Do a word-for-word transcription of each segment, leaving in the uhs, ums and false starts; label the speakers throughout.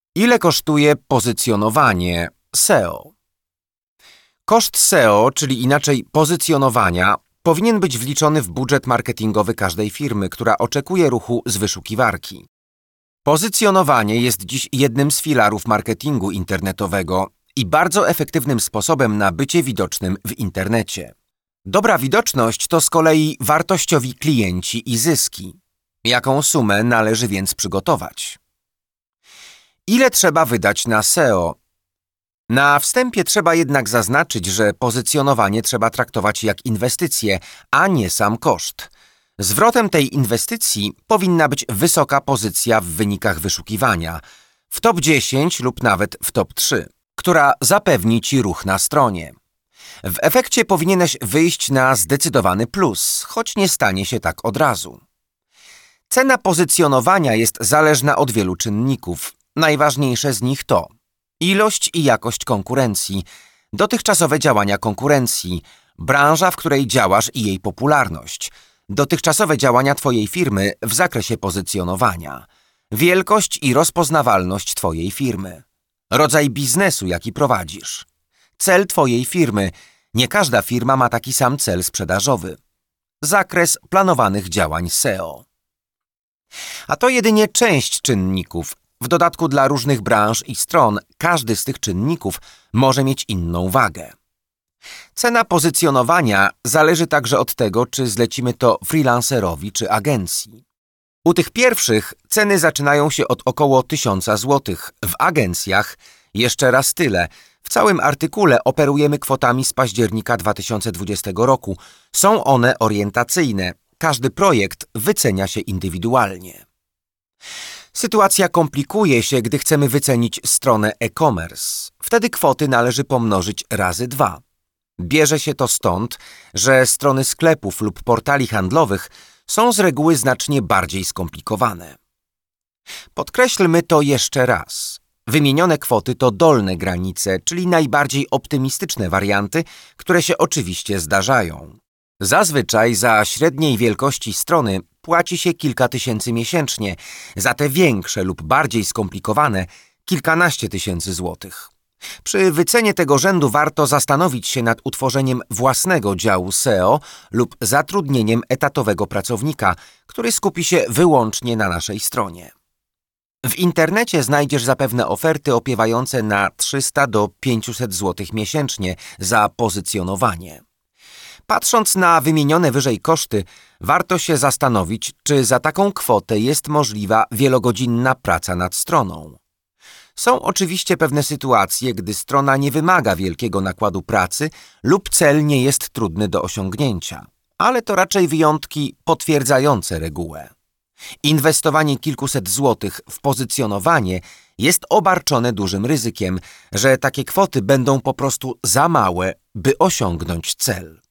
Speaker 1: Ile kosztuje pozycjonowanie S E O? Koszt S E O, czyli inaczej pozycjonowania, powinien być wliczony w budżet marketingowy każdej firmy, która oczekuje ruchu z wyszukiwarki. Pozycjonowanie jest dziś jednym z filarów marketingu internetowego i bardzo efektywnym sposobem na bycie widocznym w internecie. Dobra widoczność to z kolei wartościowi klienci i zyski. Jaką sumę należy więc przygotować? Ile trzeba wydać na S E O? Na wstępie trzeba jednak zaznaczyć, że pozycjonowanie trzeba traktować jak inwestycję, a nie sam koszt. Zwrotem tej inwestycji powinna być wysoka pozycja w wynikach wyszukiwania, w top dziesięć lub nawet w top trzy, która zapewni Ci ruch na stronie. W efekcie powinieneś wyjść na zdecydowany plus, choć nie stanie się tak od razu. Cena pozycjonowania jest zależna od wielu czynników. Najważniejsze z nich to ilość i jakość konkurencji, dotychczasowe działania konkurencji, branża, w której działasz i jej popularność, dotychczasowe działania Twojej firmy w zakresie pozycjonowania, wielkość i rozpoznawalność Twojej firmy, rodzaj biznesu, jaki prowadzisz, cel Twojej firmy. Nie każda firma ma taki sam cel sprzedażowy, zakres planowanych działań S E O. A to jedynie część czynników. W dodatku dla różnych branż i stron każdy z tych czynników może mieć inną wagę. Cena pozycjonowania zależy także od tego, czy zlecimy to freelancerowi czy agencji. U tych pierwszych ceny zaczynają się od około tysiąca złotych, w agencjach jeszcze raz tyle. W całym artykule operujemy kwotami z października dwa tysiące dwudziestego roku. Są one orientacyjne. Każdy projekt wycenia się indywidualnie. Sytuacja komplikuje się, gdy chcemy wycenić stronę e-commerce. Wtedy kwoty należy pomnożyć razy dwa. Bierze się to stąd, że strony sklepów lub portali handlowych są z reguły znacznie bardziej skomplikowane. Podkreślmy to jeszcze raz. Wymienione kwoty to dolne granice, czyli najbardziej optymistyczne warianty, które się oczywiście zdarzają. Zazwyczaj za średniej wielkości strony płaci się kilka tysięcy miesięcznie, za te większe lub bardziej skomplikowane kilkanaście tysięcy złotych. Przy wycenie tego rzędu warto zastanowić się nad utworzeniem własnego działu S E O lub zatrudnieniem etatowego pracownika, który skupi się wyłącznie na naszej stronie. W internecie znajdziesz zapewne oferty opiewające na trzysta do pięciuset złotych miesięcznie za pozycjonowanie. Patrząc na wymienione wyżej koszty, warto się zastanowić, czy za taką kwotę jest możliwa wielogodzinna praca nad stroną. Są oczywiście pewne sytuacje, gdy strona nie wymaga wielkiego nakładu pracy lub cel nie jest trudny do osiągnięcia, ale to raczej wyjątki potwierdzające regułę. Inwestowanie kilkuset złotych w pozycjonowanie jest obarczone dużym ryzykiem, że takie kwoty będą po prostu za małe, by osiągnąć cel.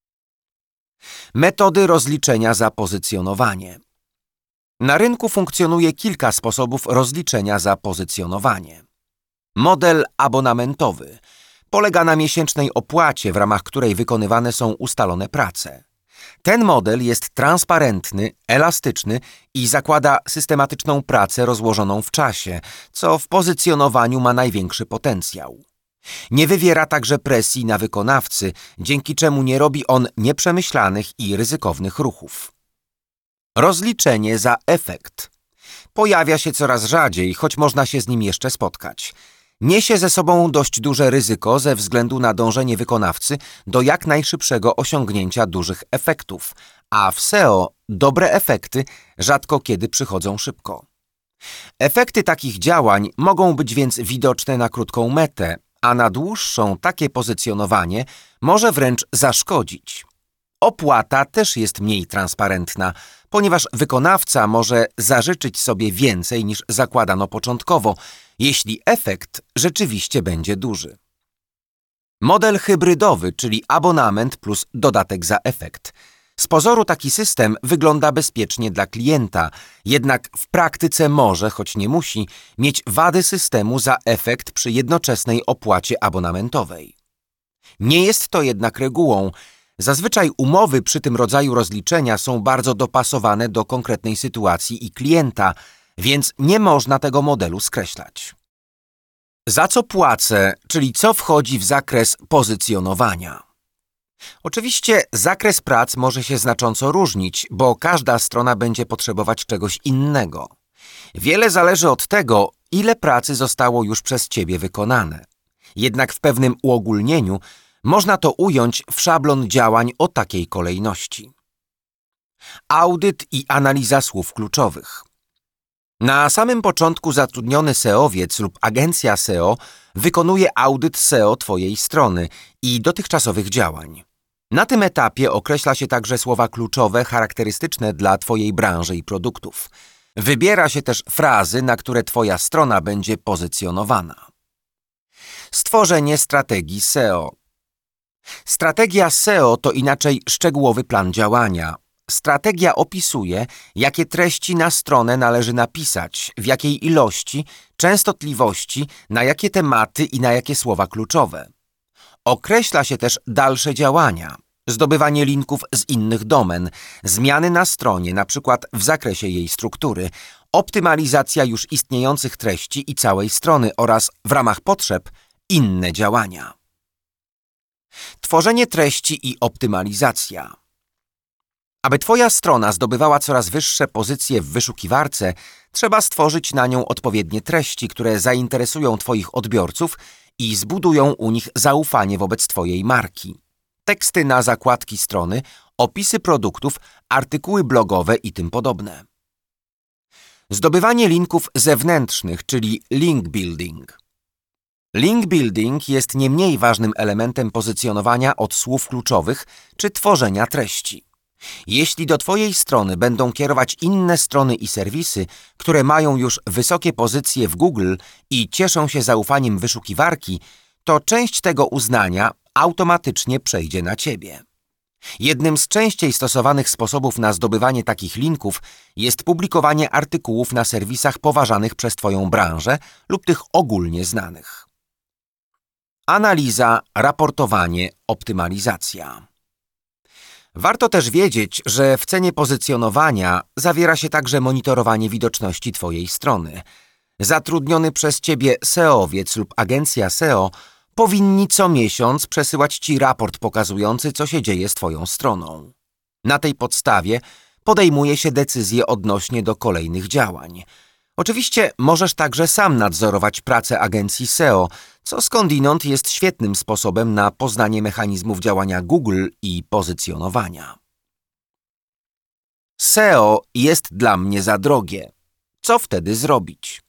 Speaker 1: Metody rozliczenia za pozycjonowanie. Na rynku funkcjonuje kilka sposobów rozliczenia za pozycjonowanie. Model abonamentowy polega na miesięcznej opłacie, w ramach której wykonywane są ustalone prace. Ten model jest transparentny, elastyczny i zakłada systematyczną pracę rozłożoną w czasie, co w pozycjonowaniu ma największy potencjał. Nie wywiera także presji na wykonawcy, dzięki czemu nie robi on nieprzemyślanych i ryzykownych ruchów. Rozliczenie za efekt. Pojawia się coraz rzadziej, choć można się z nim jeszcze spotkać. Niesie ze sobą dość duże ryzyko ze względu na dążenie wykonawcy do jak najszybszego osiągnięcia dużych efektów, a w S E O dobre efekty rzadko kiedy przychodzą szybko. Efekty takich działań mogą być więc widoczne na krótką metę, a na dłuższą takie pozycjonowanie może wręcz zaszkodzić. Opłata też jest mniej transparentna, ponieważ wykonawca może zażyczyć sobie więcej niż zakładano początkowo, jeśli efekt rzeczywiście będzie duży. Model hybrydowy, czyli abonament plus dodatek za efekt. Z pozoru taki system wygląda bezpiecznie dla klienta, jednak w praktyce może, choć nie musi, mieć wady systemu za efekt przy jednoczesnej opłacie abonamentowej. Nie jest to jednak regułą. Zazwyczaj umowy przy tym rodzaju rozliczenia są bardzo dopasowane do konkretnej sytuacji i klienta, więc nie można tego modelu skreślać. Za co płacę, czyli co wchodzi w zakres pozycjonowania? Oczywiście zakres prac może się znacząco różnić, bo każda strona będzie potrzebować czegoś innego. Wiele zależy od tego, ile pracy zostało już przez Ciebie wykonane. Jednak w pewnym uogólnieniu można to ująć w szablon działań o takiej kolejności. Audyt i analiza słów kluczowych. Na samym początku zatrudniony seowiec lub agencja S E O wykonuje audyt S E O Twojej strony i dotychczasowych działań. Na tym etapie określa się także słowa kluczowe charakterystyczne dla Twojej branży i produktów. Wybiera się też frazy, na które Twoja strona będzie pozycjonowana. Stworzenie strategii S E O. Strategia S E O to inaczej szczegółowy plan działania. Strategia opisuje, jakie treści na stronę należy napisać, w jakiej ilości, częstotliwości, na jakie tematy i na jakie słowa kluczowe. Określa się też dalsze działania, zdobywanie linków z innych domen, zmiany na stronie, np. w zakresie jej struktury, optymalizacja już istniejących treści i całej strony oraz, w ramach potrzeb, inne działania. Tworzenie treści i optymalizacja. Aby Twoja strona zdobywała coraz wyższe pozycje w wyszukiwarce, trzeba stworzyć na nią odpowiednie treści, które zainteresują Twoich odbiorców i zbudują u nich zaufanie wobec Twojej marki. Teksty na zakładki strony, opisy produktów, artykuły blogowe i tym podobne. Zdobywanie linków zewnętrznych, czyli link building. Link building jest nie mniej ważnym elementem pozycjonowania od słów kluczowych czy tworzenia treści. Jeśli do Twojej strony będą kierować inne strony i serwisy, które mają już wysokie pozycje w Google i cieszą się zaufaniem wyszukiwarki, to część tego uznania automatycznie przejdzie na Ciebie. Jednym z częściej stosowanych sposobów na zdobywanie takich linków jest publikowanie artykułów na serwisach poważanych przez Twoją branżę lub tych ogólnie znanych. Analiza, raportowanie, optymalizacja. Warto też wiedzieć, że w cenie pozycjonowania zawiera się także monitorowanie widoczności Twojej strony. Zatrudniony przez Ciebie seowiec lub agencja S E O powinni co miesiąc przesyłać Ci raport pokazujący, co się dzieje z Twoją stroną. Na tej podstawie podejmuje się decyzje odnośnie do kolejnych działań. Oczywiście możesz także sam nadzorować pracę agencji S E O, co skądinąd jest świetnym sposobem na poznanie mechanizmów działania Google i pozycjonowania. S E O jest dla mnie za drogie. Co wtedy zrobić?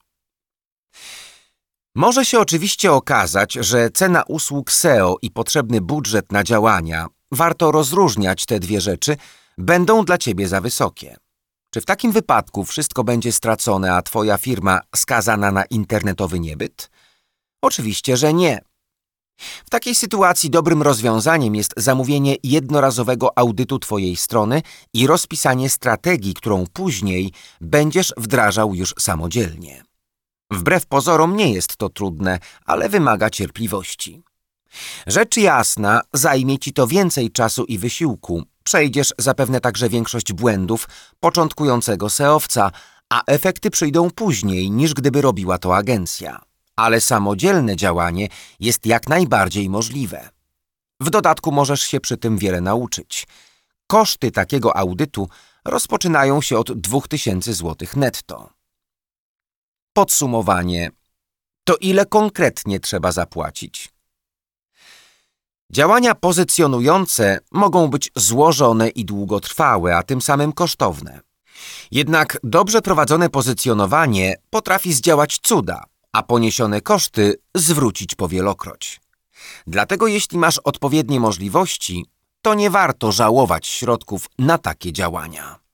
Speaker 1: Może się oczywiście okazać, że cena usług S E O i potrzebny budżet na działania, warto rozróżniać te dwie rzeczy, będą dla Ciebie za wysokie. Czy w takim wypadku wszystko będzie stracone, a Twoja firma skazana na internetowy niebyt? Oczywiście, że nie. W takiej sytuacji dobrym rozwiązaniem jest zamówienie jednorazowego audytu Twojej strony i rozpisanie strategii, którą później będziesz wdrażał już samodzielnie. Wbrew pozorom nie jest to trudne, ale wymaga cierpliwości. Rzecz jasna, zajmie Ci to więcej czasu i wysiłku. Przejdziesz zapewne także większość błędów początkującego seowca, a efekty przyjdą później, niż gdyby robiła to agencja. Ale samodzielne działanie jest jak najbardziej możliwe. W dodatku możesz się przy tym wiele nauczyć. Koszty takiego audytu rozpoczynają się od dwóch tysięcy złotych netto. Podsumowanie. To ile konkretnie trzeba zapłacić? Działania pozycjonujące mogą być złożone i długotrwałe, a tym samym kosztowne. Jednak dobrze prowadzone pozycjonowanie potrafi zdziałać cuda, a poniesione koszty zwrócić powielokroć. Dlatego jeśli masz odpowiednie możliwości, to nie warto żałować środków na takie działania.